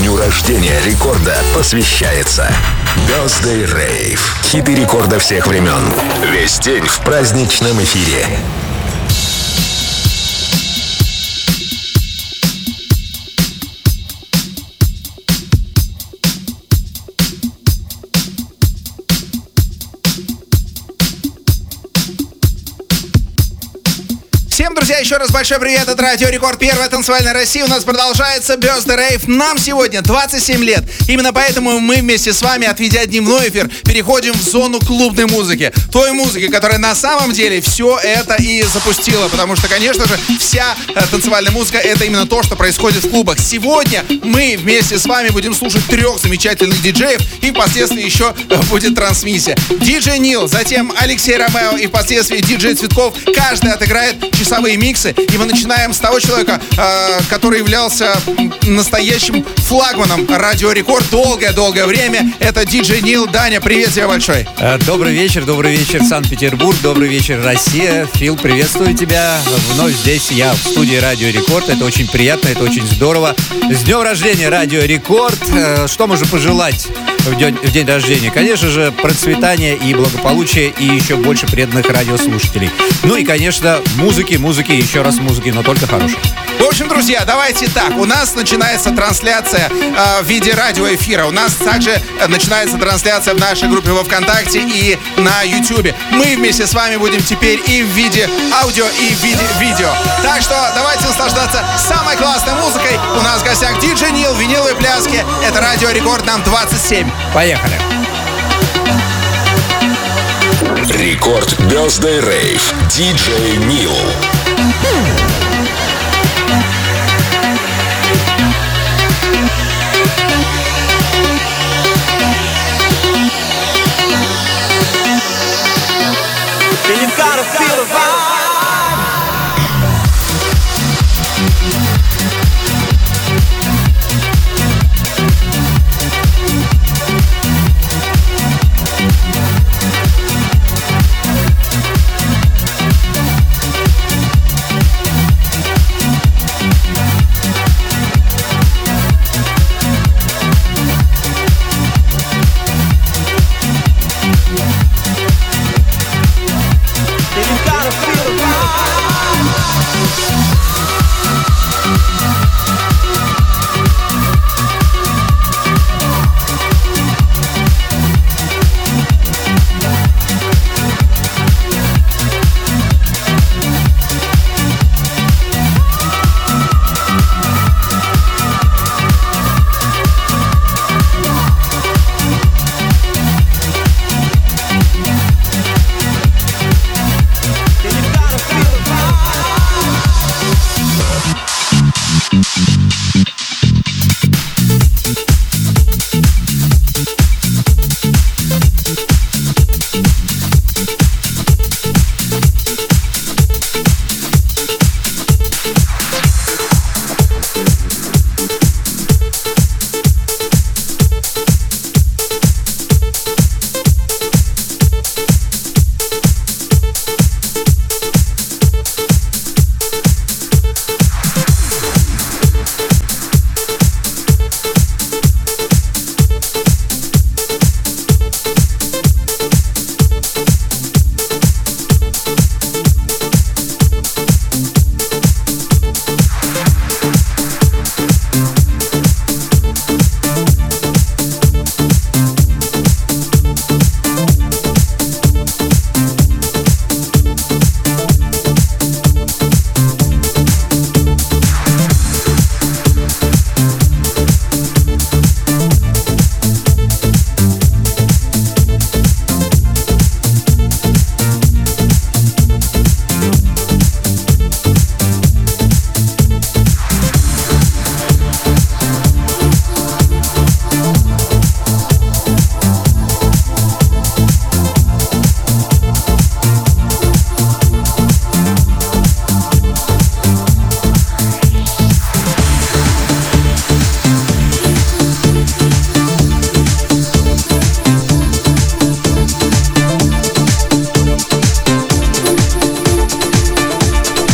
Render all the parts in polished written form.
Дню рождения рекорда посвящается Birthday Rave. Хиты рекорда всех времен. Весь день в праздничном эфире. Всем, друзья, еще раз большой привет от Радио Рекорд, первая танцевальная Россия. У нас продолжается Birthday Rave. Нам сегодня 27 лет. Именно поэтому мы вместе с вами, отведя дневной эфир, переходим в зону клубной музыки. Той музыки, которая на самом деле все это и запустила. Потому что, конечно же, вся танцевальная музыка — это именно то, что происходит в клубах. Сегодня мы вместе с вами будем слушать 3 замечательных диджеев. И впоследствии еще будет трансмиссия. Диджей Нил, затем Алексей Ромео и впоследствии диджей Цветков. Каждый отыграет часовые миксы, и мы начинаем с того человека, который являлся настоящим флагманом Радио Рекорд долгое-долгое время. Это диджей Нил. Даня, привет тебе большой. Добрый вечер, Санкт-Петербург, добрый вечер, Россия. Фил, приветствую тебя. Вновь здесь я в студии Радио Рекорд. Это очень приятно, это очень здорово. С днем рождения Радио Рекорд. Что можно пожелать в день рождения? Конечно же, процветания и благополучия, и еще больше преданных радиослушателей. Ну и, конечно, музыки, еще раз музыки, но только хорошей. В общем, друзья, давайте так. У нас начинается трансляция в виде радиоэфира. У нас также начинается трансляция в нашей группе во ВКонтакте и на Ютубе. Мы вместе с вами будем теперь и в виде аудио, и в виде видео. Так что давайте наслаждаться самой классной музыкой. У нас в гостях диджей Нил, виниловые пляски. Это Радио Рекорд, нам 27. Поехали. Рекорд Birthday Rave. Диджей Нил. You gotta feel the vibe.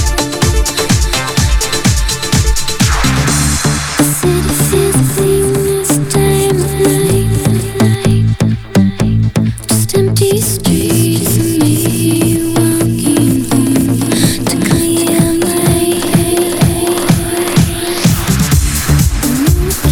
Feels the thing.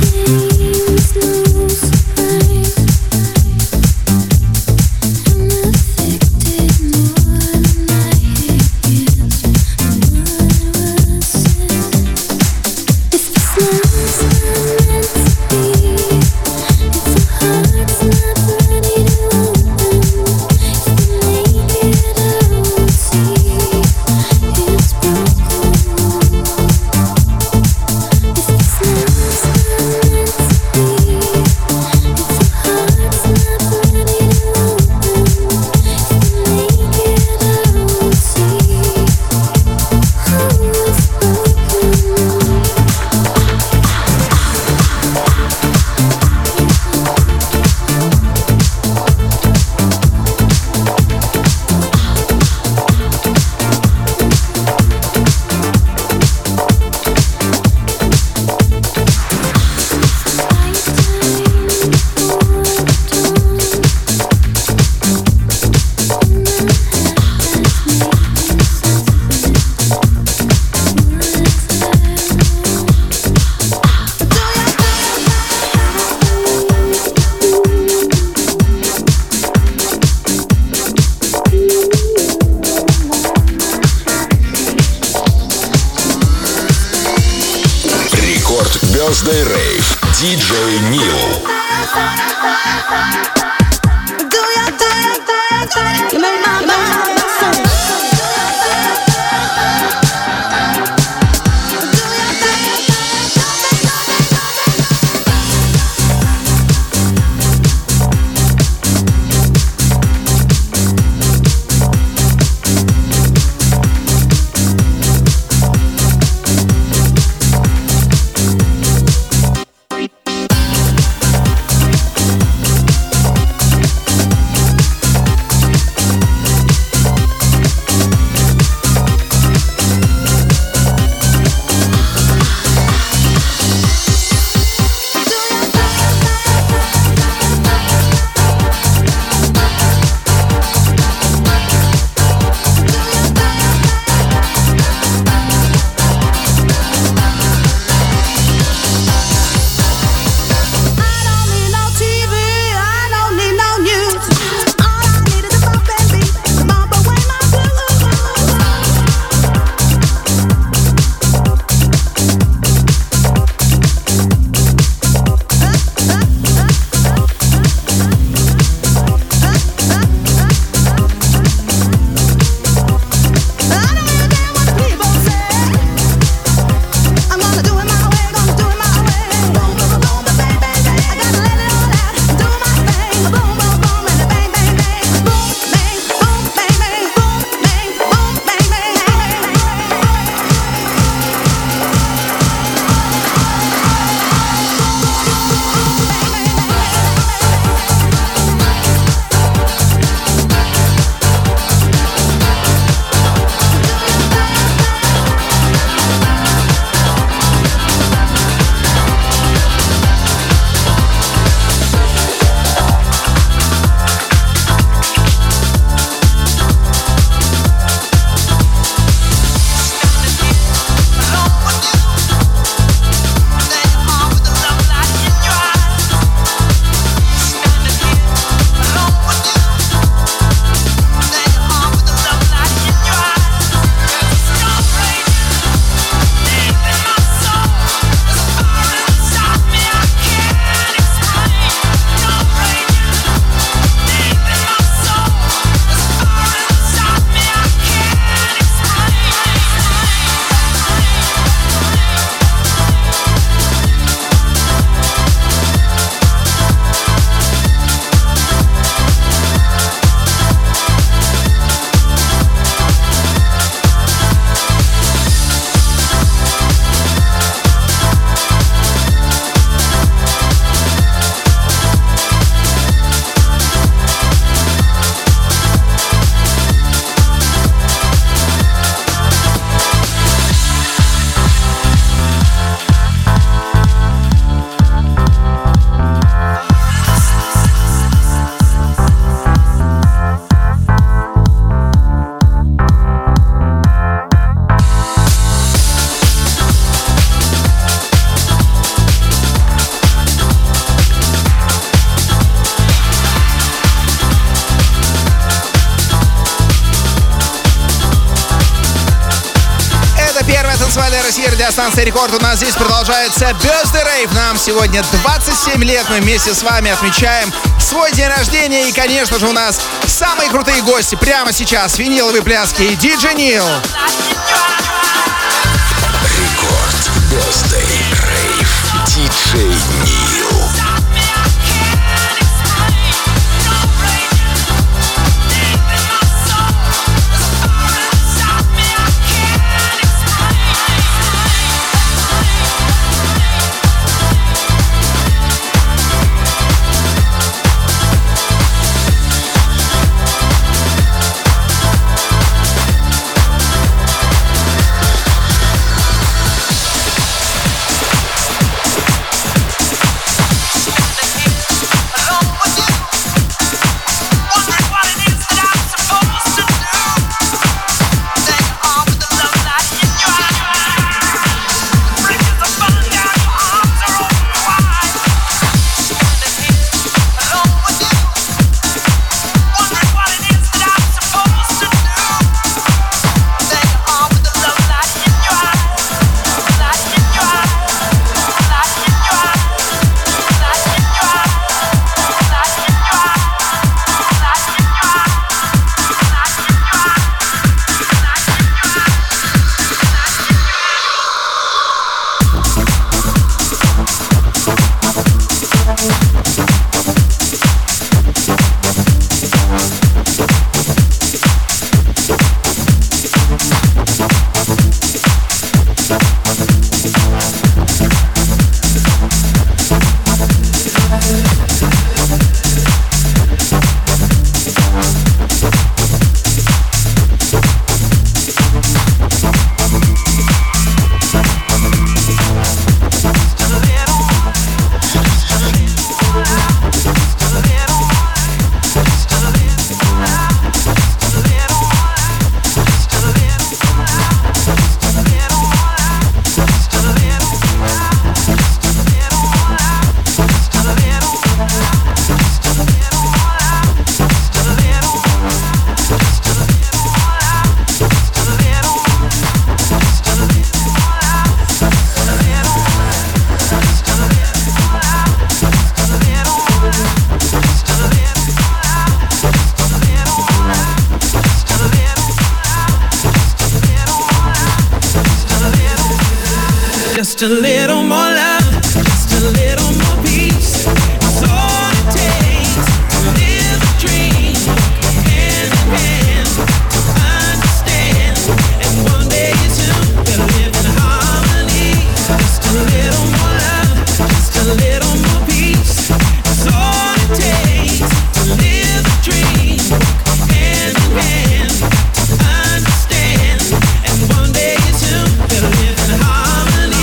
Birthday Rave. DJ Neil. России, радиостанция Рекорд. У нас здесь продолжается Birthday Rave. Нам сегодня 27 лет. Мы вместе с вами отмечаем свой день рождения. И, конечно же, у нас самые крутые гости прямо сейчас. Виниловые пляски и диджей Нил. Рекорд Birthday Rave. Диджей Нил. Just a little more love, just a little more peace. It's all it takes to live a dream. Hand in hand, to understand. And one day you two will live in harmony. Just a little more love, just a little more peace. It's all it takes to live a dream. Hand in hand, to understand. And one day you two will live in harmony.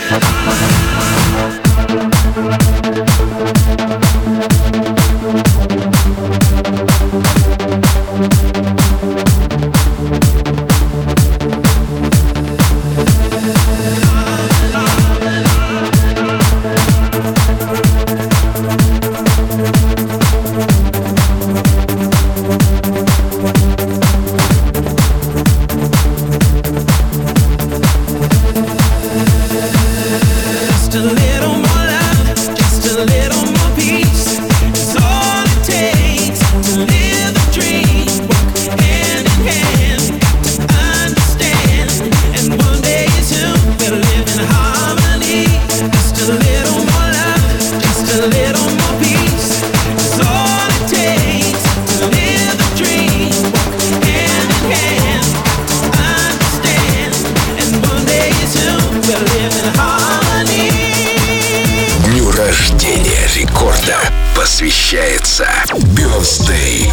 Посвящается Birthday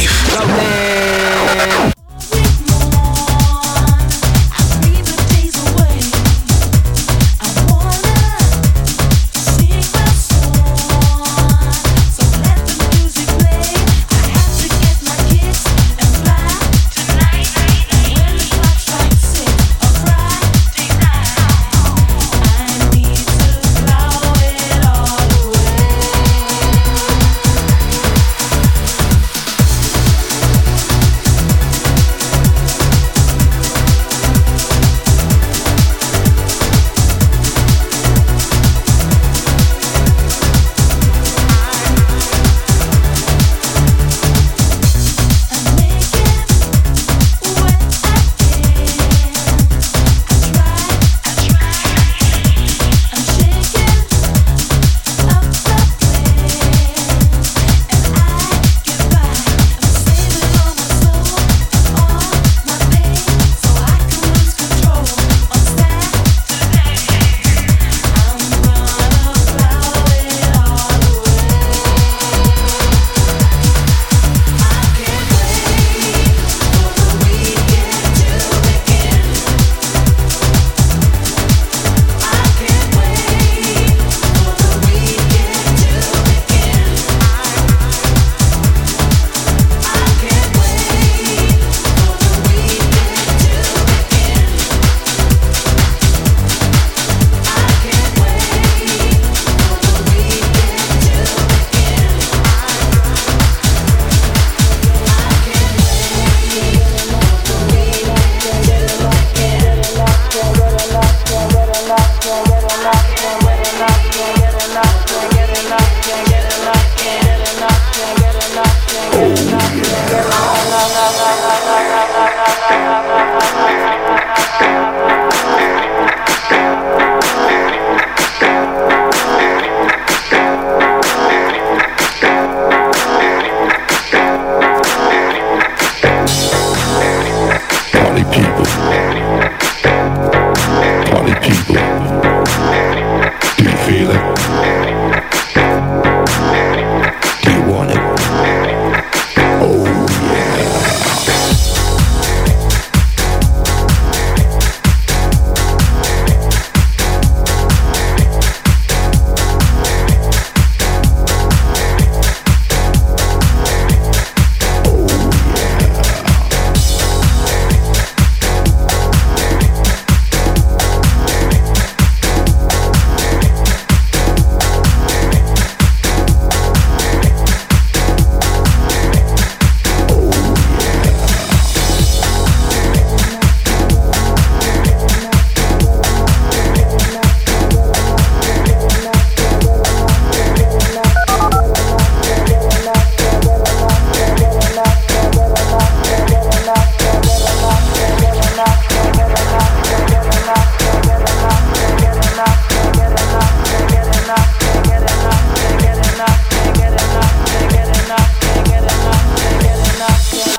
Rave.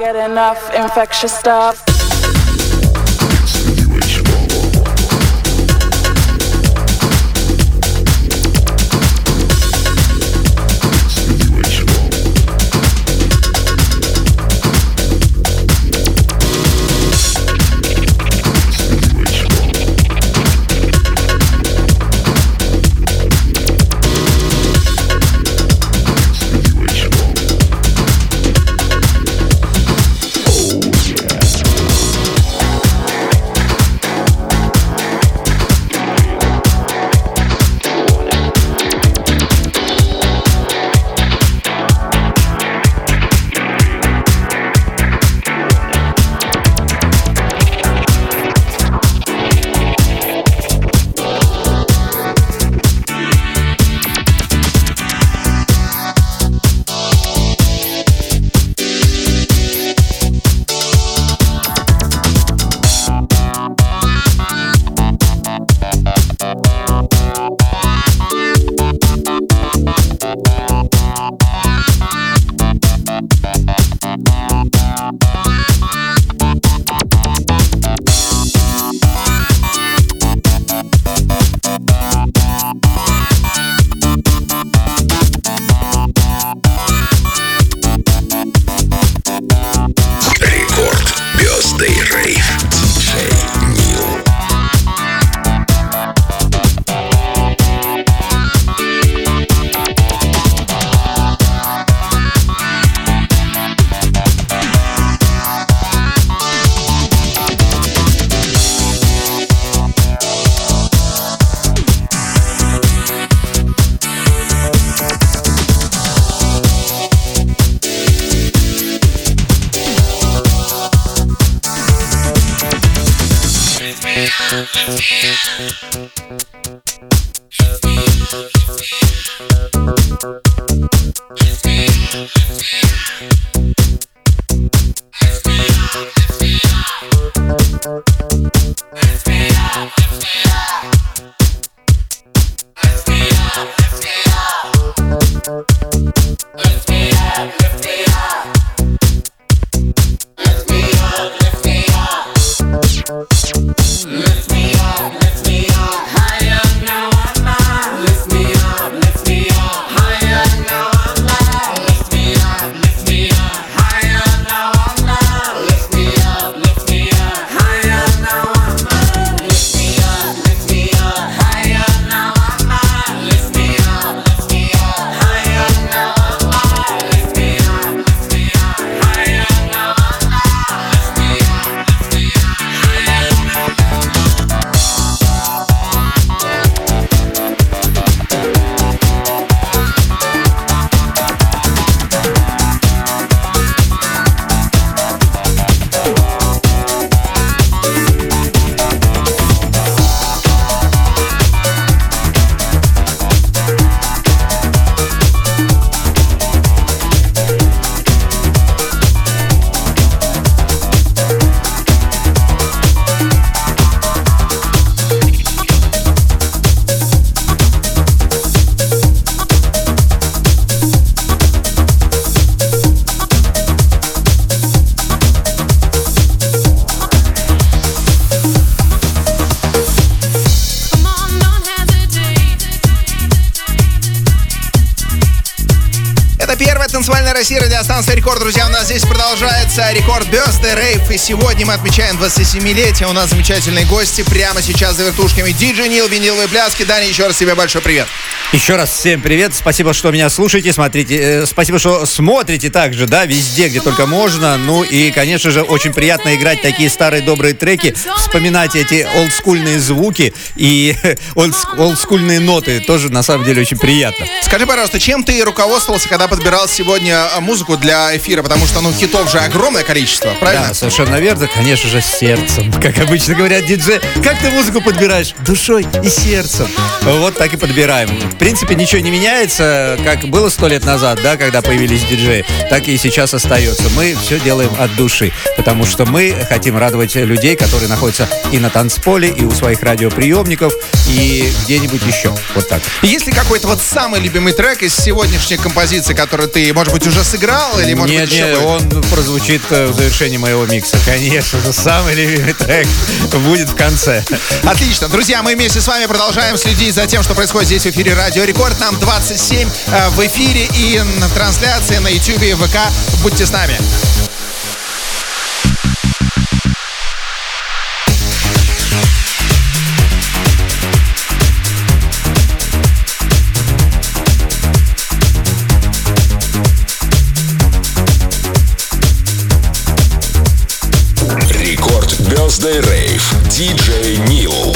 get enough infectious stuff. Танцевальная Россия, радиостанция Рекорд. Друзья, у нас здесь продолжается Рекорд Birthday Rave. И сегодня мы отмечаем 27-летие. У нас замечательные гости. Прямо сейчас за вертушками DJ Нил, виниловые пляски. Даня, еще раз тебе большой привет. Еще раз всем привет. Спасибо, что меня слушаете, смотрите. Спасибо, что смотрите также, да, везде, где только можно. Ну и, конечно же, очень приятно играть такие старые добрые треки, вспоминать эти олдскульные звуки и олдскульные ноты. Тоже, на самом деле, очень приятно. Скажи, пожалуйста, чем ты руководствовался, когда подбирал сегодня музыку для эфира? Потому что, хитов же огромное количество, правильно? Да, совершенно верно. Конечно же, сердцем. Как обычно говорят диджеи. Как ты музыку подбираешь? Душой и сердцем. Вот так и подбираем. В принципе, ничего не меняется, как было 100 лет назад, да, когда появились диджеи, так и сейчас остается. Мы все делаем от души, потому что мы хотим радовать людей, которые находятся и на танцполе, и у своих радиоприемников, и где-нибудь еще. Вот так. Есть ли какой-то вот самый любимый трек из сегодняшних композиций, который ты, может быть, уже сыграл? Или, может Нет, быть, еще нет, будет? он прозвучит в завершении моего микса. Конечно же, самый любимый трек будет в конце. Отлично. Друзья, мы вместе с вами продолжаем следить за тем, что происходит здесь в эфире Радио Рекорд. Нам 27 в эфире и в трансляции на YouTube и ВК. Будьте с нами. Рекорд Birthday Rave. DJ Нил.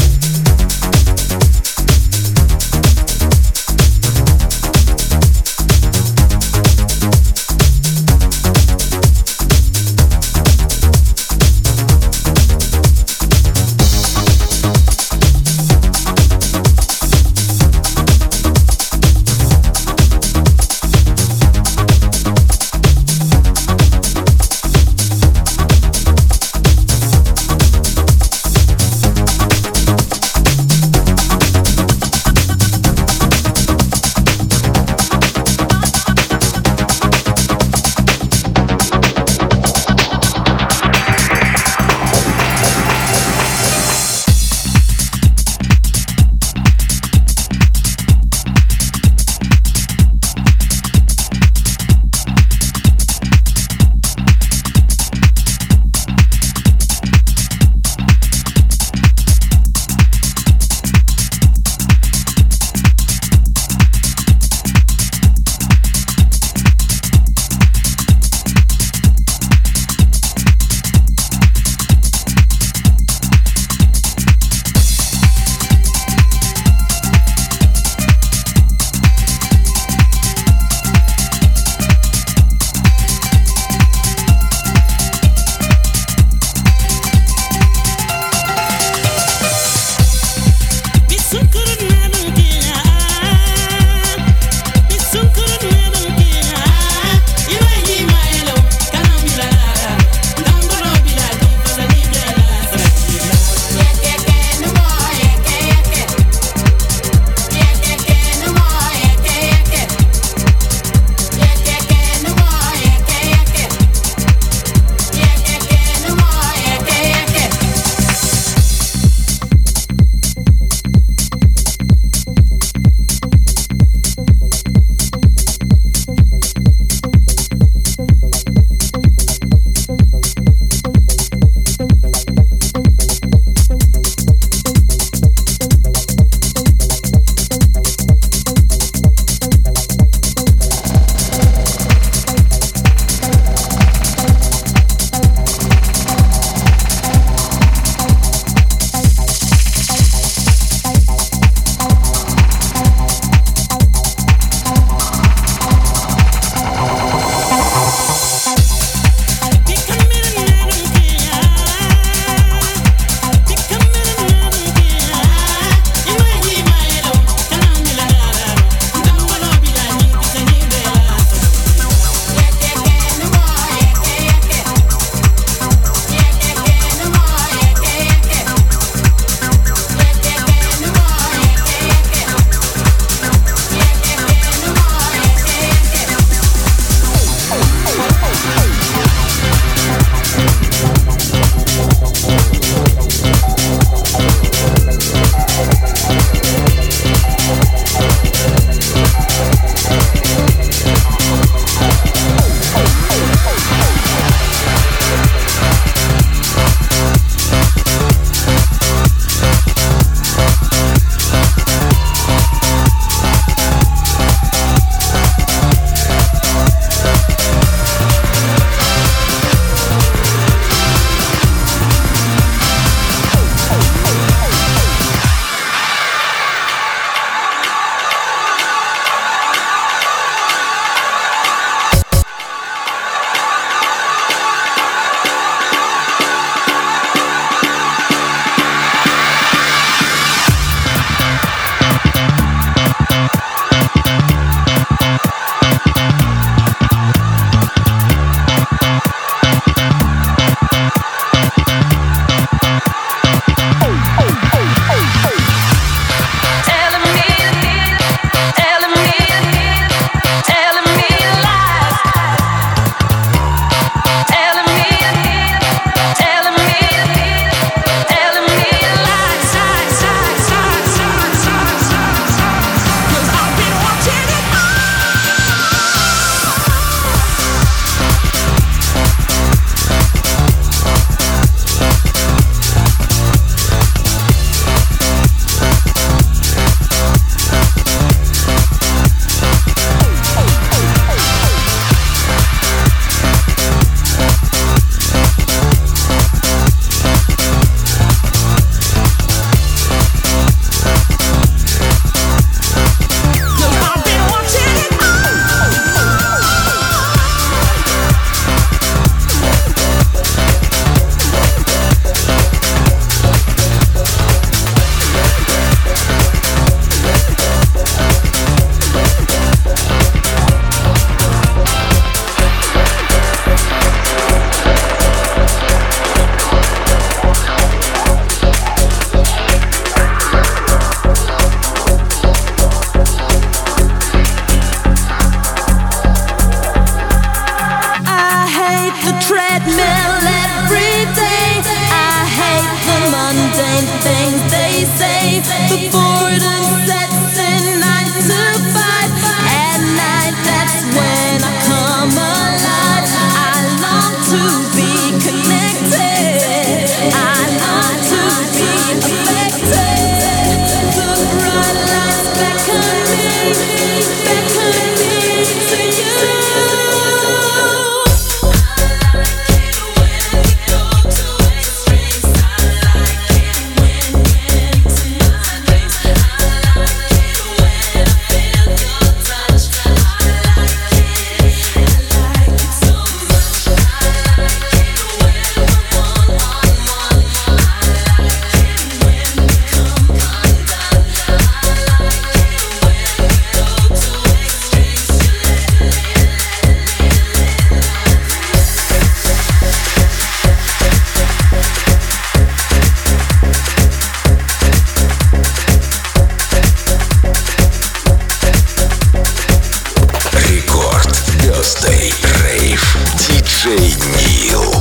Диджей Нил.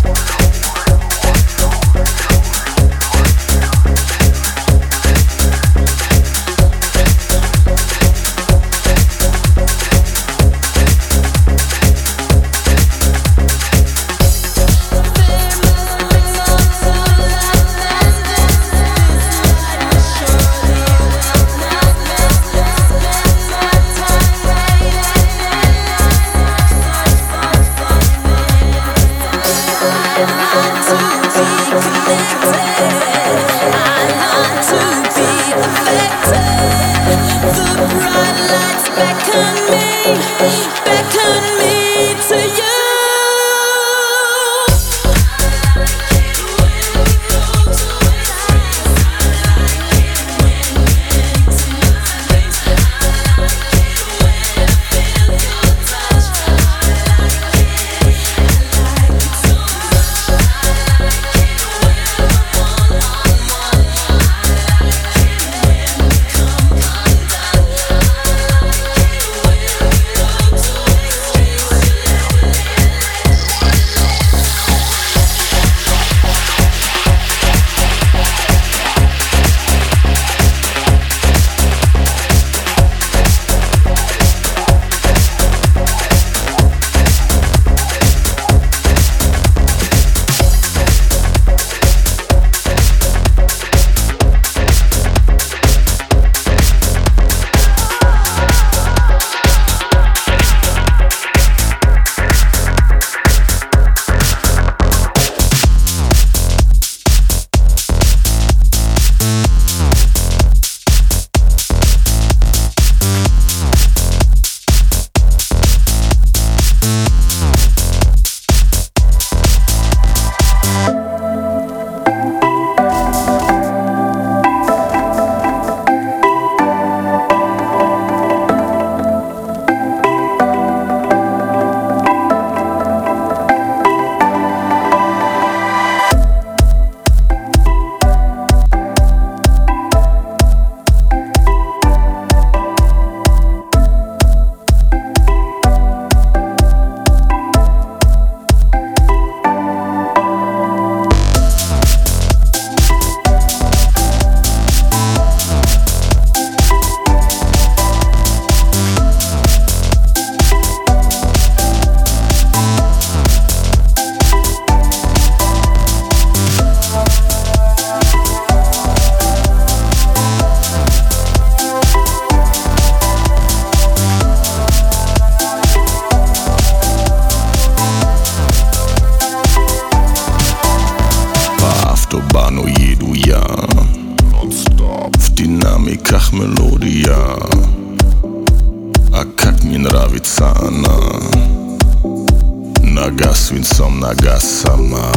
Нога свинцом, нога сама.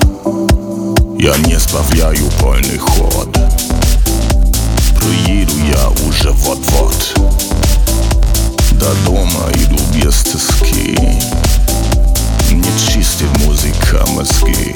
Я не сбавляю полный ход. Приеду я уже вот-вот. До дома иду без тоски. Не чистит музыка мозги.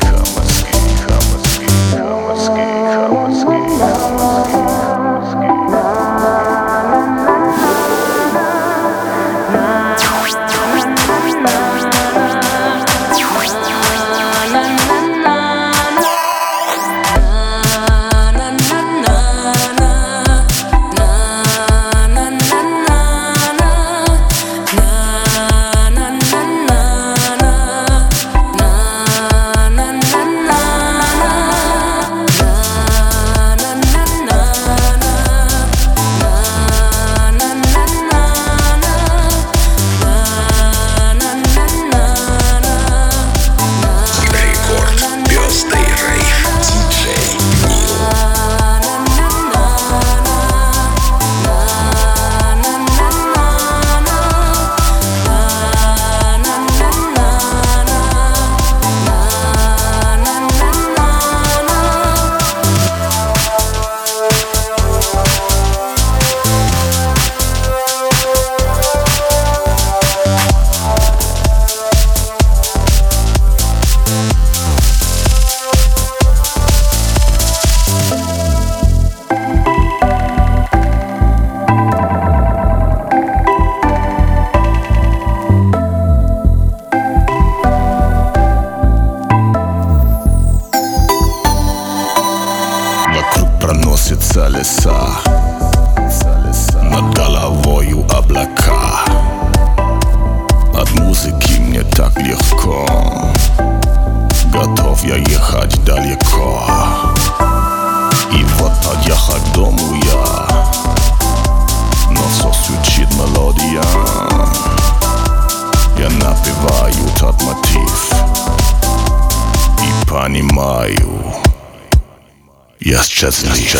леса, над головою облака. От музыки мне так легко, готов я ехать далеко. И вот подъехал к дому я, но все звучит мелодия. Я напеваю тот мотив и понимаю, я счастлив.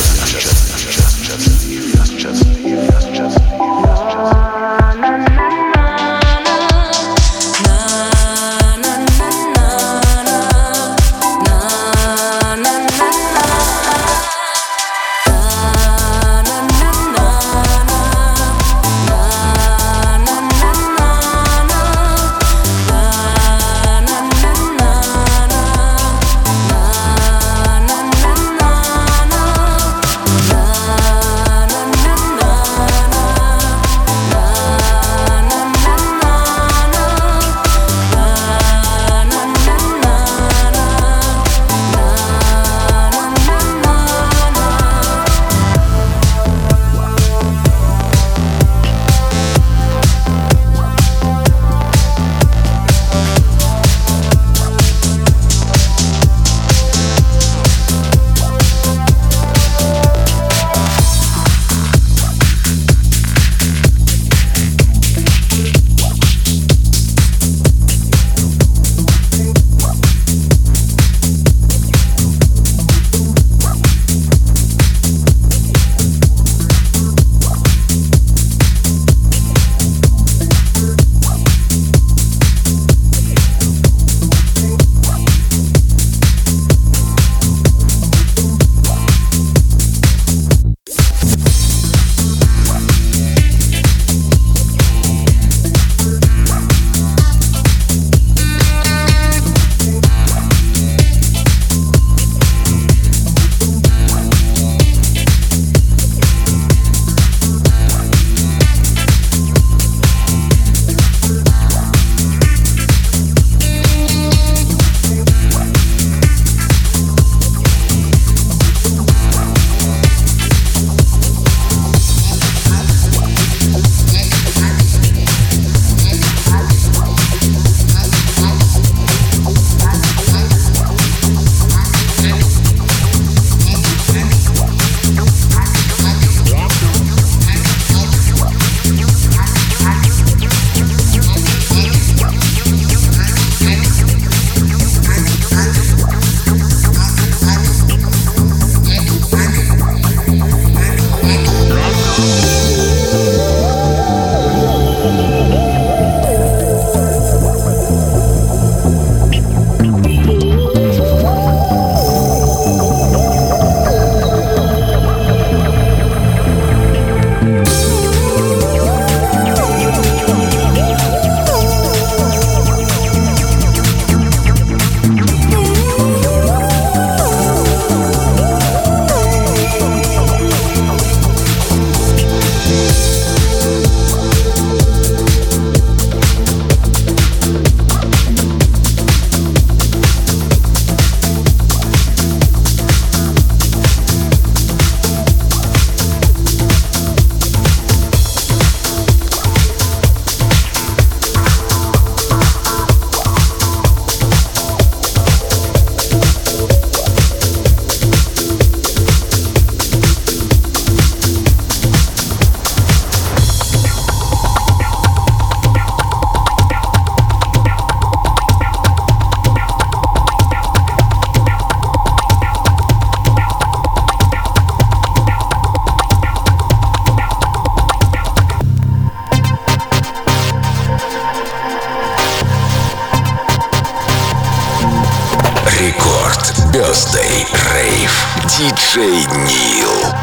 Birthday Rave. Диджей Нил.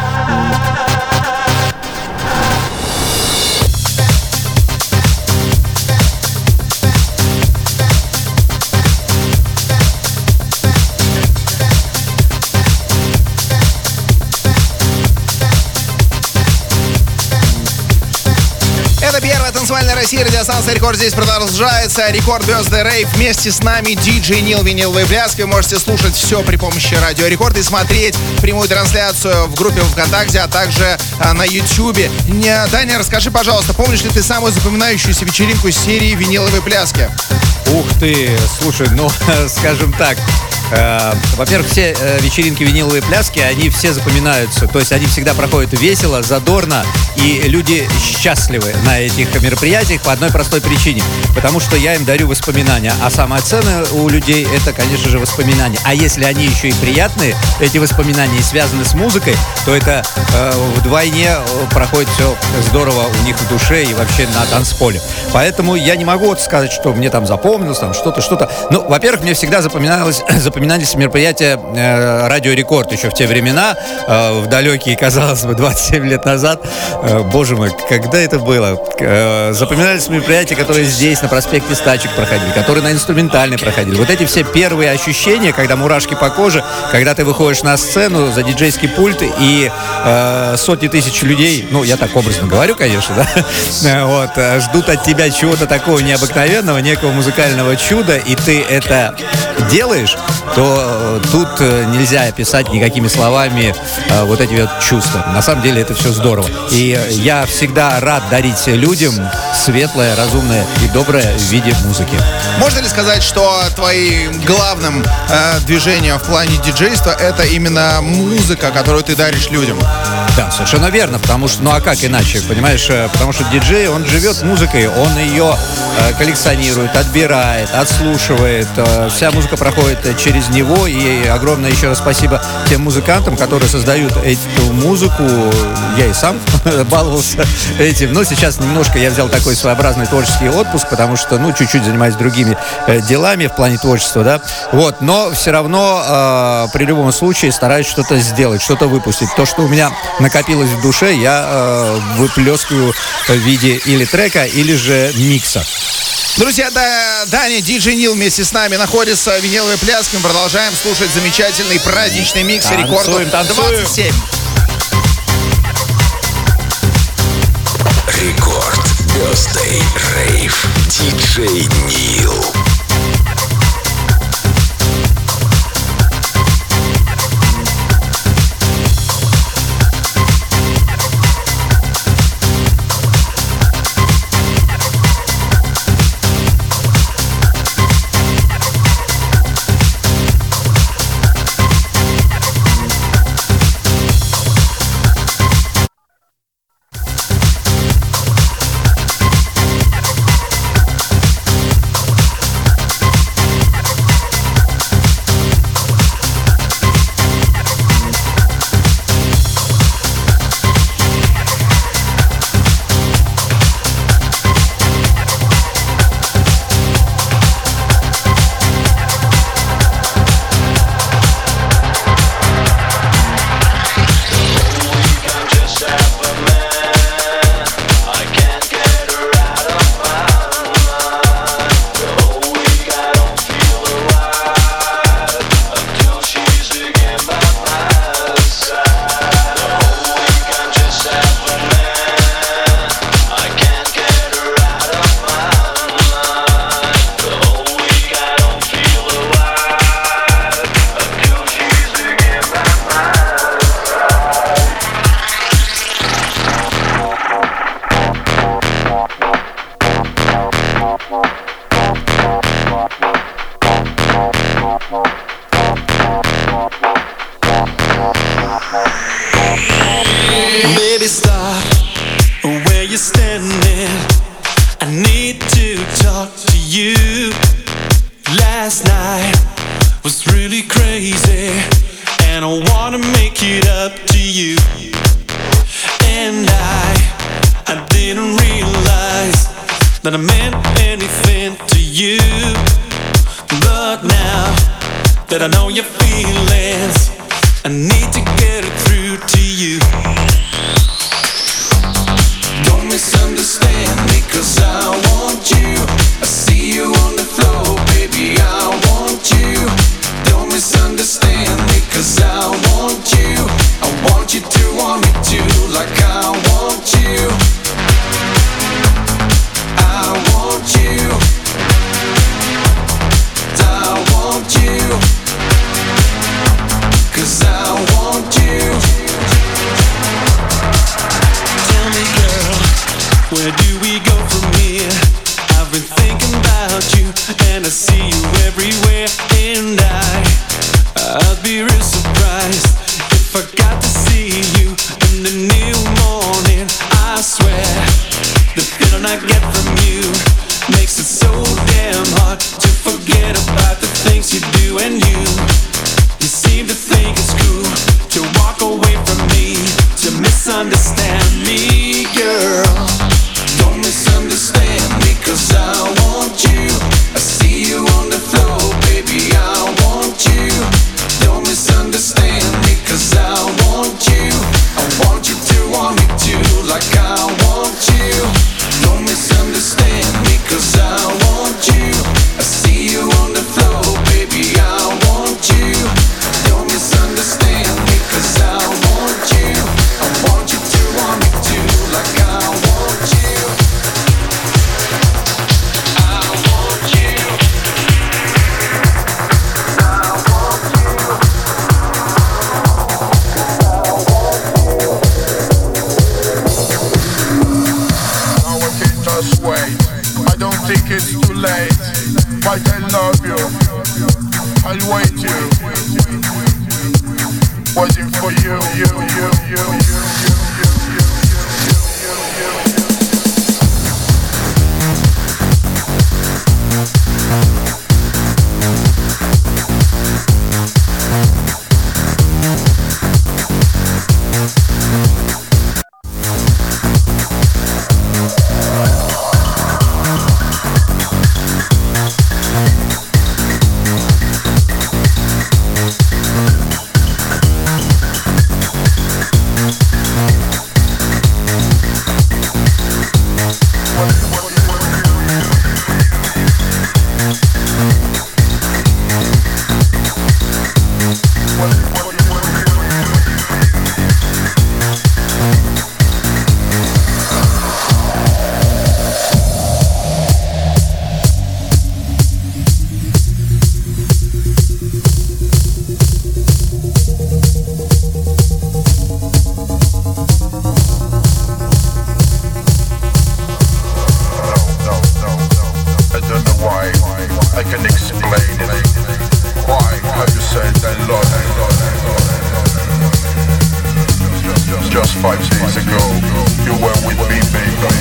России, радиостанция Рекорд. Здесь продолжается Рекорд Birthday Rave. Вместе с нами диджей Нил, виниловые пляски. Вы можете слушать все при помощи Радио Рекорд и смотреть прямую трансляцию в группе ВКонтакте, а также на Ютьюбе. Даня, расскажи, пожалуйста, помнишь ли ты самую запоминающуюся вечеринку из серии виниловые пляски? Ух ты, слушай, ну, скажем так, во-первых, все вечеринки виниловые пляски, они все запоминаются. То есть они всегда проходят весело, задорно, и люди счастливы на этих мероприятиях по одной простой причине. Потому что я им дарю воспоминания. А самое ценное у людей — это, конечно же, воспоминания. А если они еще и приятные, эти воспоминания связаны с музыкой, то это вдвойне проходит все здорово у них в душе и вообще на танцполе. Поэтому я не могу вот сказать, что мне там запомнилось, там что-то. Ну, во-первых, мне всегда запоминались мероприятия Радио Рекорд еще в те времена, в далекие, казалось бы, 27 лет назад. Боже мой, когда это было? Запоминались мероприятия, которые здесь, на проспекте Стачек проходили, которые на Инструментальной проходили. Вот эти все первые ощущения, когда мурашки по коже, когда ты выходишь на сцену за диджейский пульт и сотни тысяч людей, ну, я так образно говорю, конечно, да, вот, ждут от тебя чего-то такого необыкновенного, некого музыкального чуда, и ты это делаешь, то тут нельзя описать никакими словами вот эти вот чувства. На самом деле это все здорово. И я всегда рад дарить людям светлое, разумное и доброе в виде музыки. Можно ли сказать, что твоим главным движением в плане диджейства это именно музыка, которую ты даришь людям? Да, совершенно верно, потому что, ну а как иначе, понимаешь, потому что диджей, он живет музыкой, он ее коллекционирует, отбирает, отслушивает, вся музыка проходит через него, и огромное еще раз спасибо тем музыкантам, которые создают эту музыку. Я и сам баловался этим, но сейчас немножко я взял такой своеобразный творческий отпуск, потому что, ну, чуть-чуть занимаюсь другими делами в плане творчества, да, вот, но все равно при любом случае стараюсь что-то сделать, что-то выпустить. То, что у меня накопилось в душе, я выплескиваю в виде или трека, или же микса. Друзья, Даня, диджей Нил вместе с нами находится в виниловой пляске. Мы продолжаем слушать замечательный праздничный микс Рекорда 27. Рекорд Birthday Rave. Диджей Нил. Baby, stop where you're standing. I need to talk to you. Last night was really crazy, and I wanna make it up to you. And I didn't realize that I meant anything to you. But now that I know your feelings, I need to get it through to you. Don't misunderstand me, 'cause I want you. I see you on the floor, baby, I want you. Don't misunderstand me, 'cause I want you. I want you to want me too, like I want you. I see you everywhere, and I'd be real surprised if I got to see you in the new morning. I swear, the feeling I get from you makes it so damn hard to forget about the things you do. And you seem to think it's cool to walk away from me, to misunderstand me, girl. Don't misunderstand me, 'cause I want you. I see you on the floor, baby, I want you. Don't misunderstand me, 'cause I want you. I want you to want me too, like I want you. Don't misunderstand me, 'cause I want you. I see you on the floor, baby, I want you. Don't misunderstand me, 'cause I want you. I want you to want me too, like I want you. I want you. Now I can just wait. I don't think it's too late. But I love you. I'll wait you. Waiting for you. Just 5 days ago, you were with me, baby.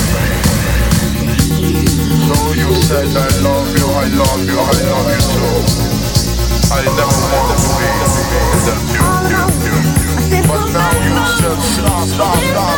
So you said I love you, I love you, I love you too. I never wanted to be without you. But now you said stop.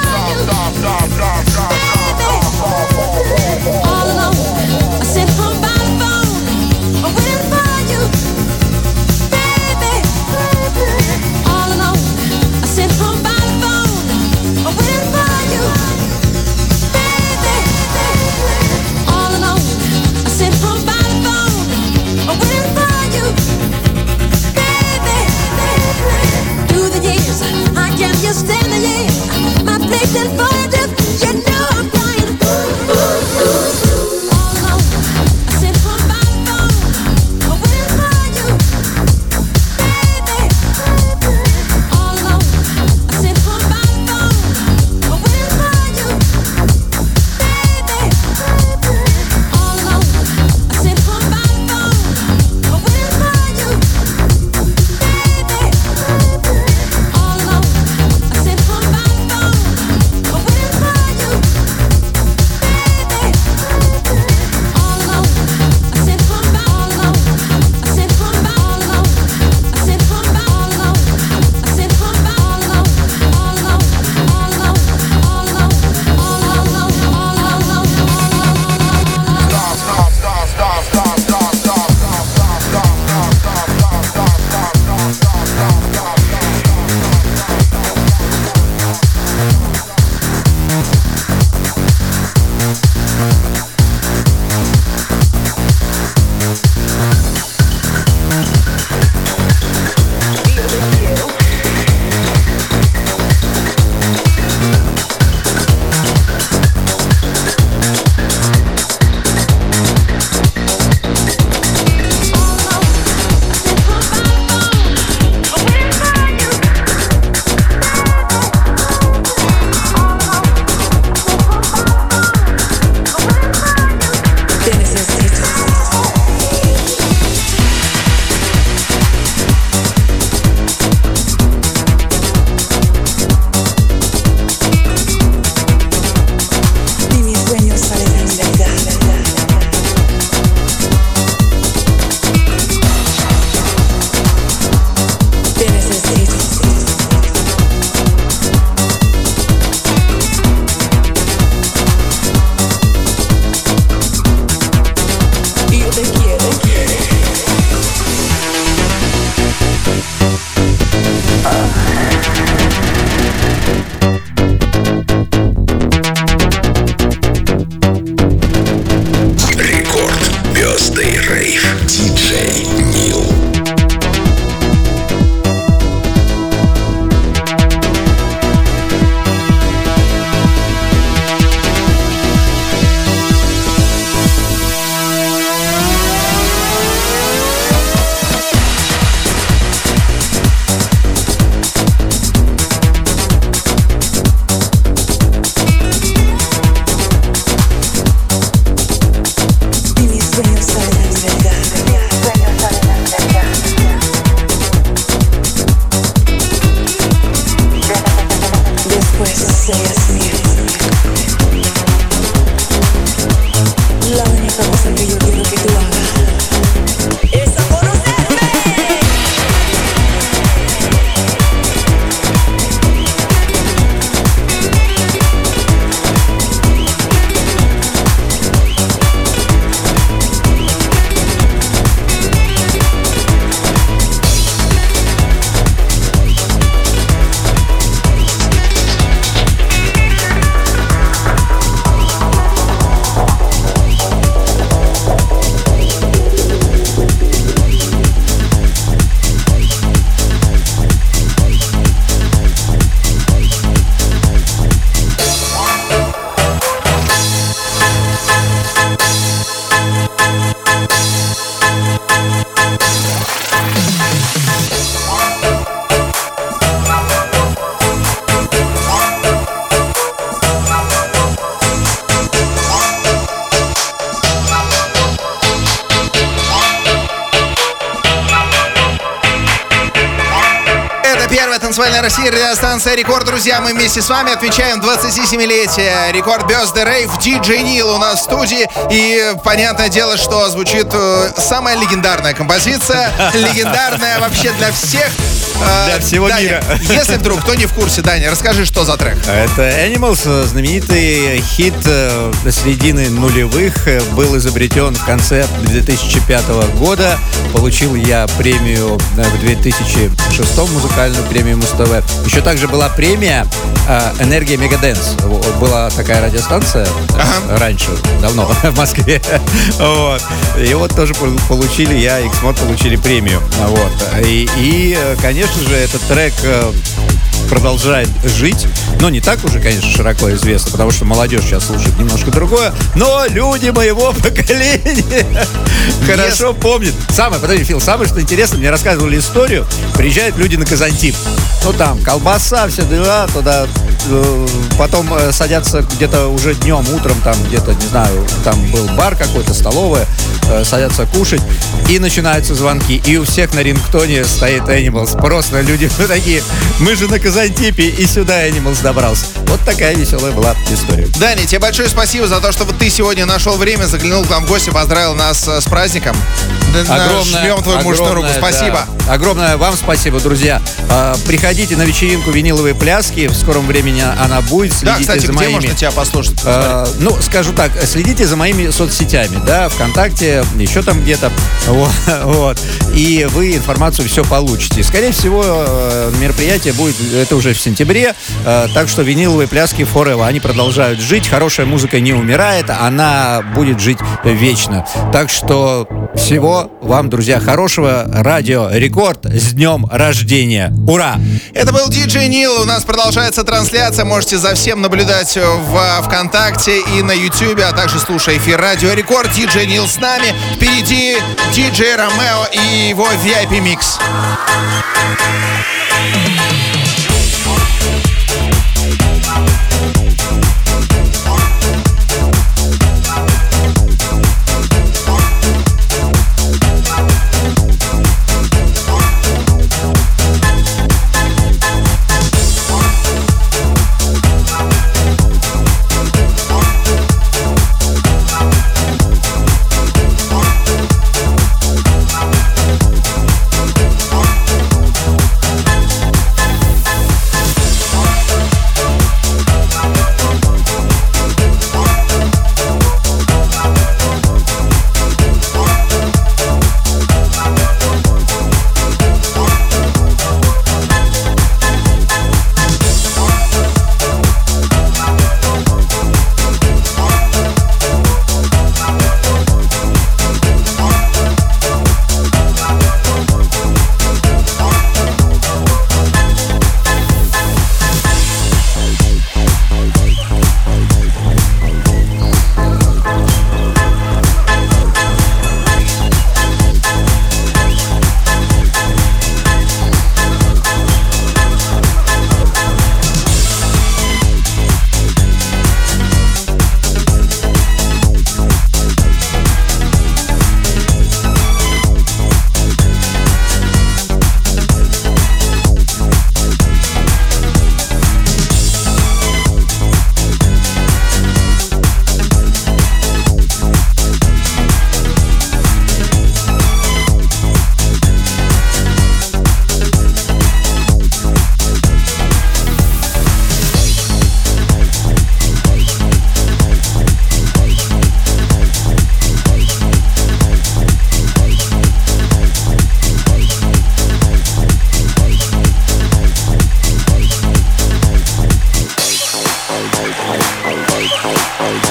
All alone, I sit home by the phone, waiting for you, baby. All alone, I sit home by the phone, waiting for you, baby. All alone, I sit home by the phone, waiting for you, baby. Through the years, I kept you standing here, my place. otra cosa que yo quiero que tú hagas. Es a conocerme. Танцевальная Россия, радиостанция Рекорд. Друзья, мы вместе с вами отмечаем 27-летие Рекорд Birthday Rave. Диджей Нил у нас в студии. И понятное дело, что звучит самая легендарная композиция. Легендарная вообще для всех. Для всего Даня, мира. Если вдруг кто не в курсе, Даня, расскажи, что за трек. Это Animals, знаменитый хит середины нулевых, был изобретен в конце 2005 года. Получил я премию в 2006, музыкальную премию Муз-ТВ. Еще также была премия «Энергия Мегадэнс». Была такая радиостанция раньше, давно, в Москве. Вот. И вот тоже получили, я и X-Mod получили премию. Вот. И, конечно же, этот трек продолжает жить. Но не так уже, конечно, широко известно, потому что молодежь сейчас слушает немножко другое. Но люди моего поколения хорошо помнят. Подожди, Фил, самое, что интересно, мне рассказывали историю. Приезжают люди на Казантип. Ну, там, колбаса, все дела, туда. Потом садятся где-то уже днем, утром, там где-то, не знаю, там был бар какой-то, столовая, садятся кушать, и начинаются звонки. И у всех на рингтоне стоит Animals. Просто люди такие, мы же на Казантипе, и сюда Animals добрался. Вот такая веселая была история. Даня, тебе большое спасибо за то, что вот ты сегодня нашел время, заглянул к нам в гости, поздравил нас с праздником. Жмем твою мужную руку. Спасибо. Да. Огромное вам спасибо, друзья. Приходите на вечеринку «Виниловые пляски». В скором времени она будет. Следите, да, кстати, за где моими... можно тебя послушать? Ну, скажу так, следите за моими соцсетями, да, ВКонтакте, еще там где-то. Вот. И вы информацию все получите. Скорее всего, мероприятие будет, это уже в сентябре. Так что «Виниловые пляски forever». Они продолжают жить. Хорошая музыка не умирает. Она будет жить вечно. Так что всего вам, друзья, хорошего. Радио Рекорд. С днем рождения. Ура! Это был диджей Нил. У нас продолжается трансляция. Можете за всем наблюдать в ВКонтакте и на Ютубе, а также слушай эфир Радио Рекорд. Диджей Нил с нами. Впереди диджей Ромео и его VIP-микс.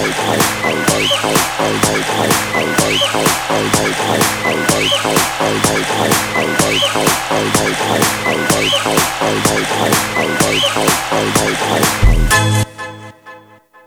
tight.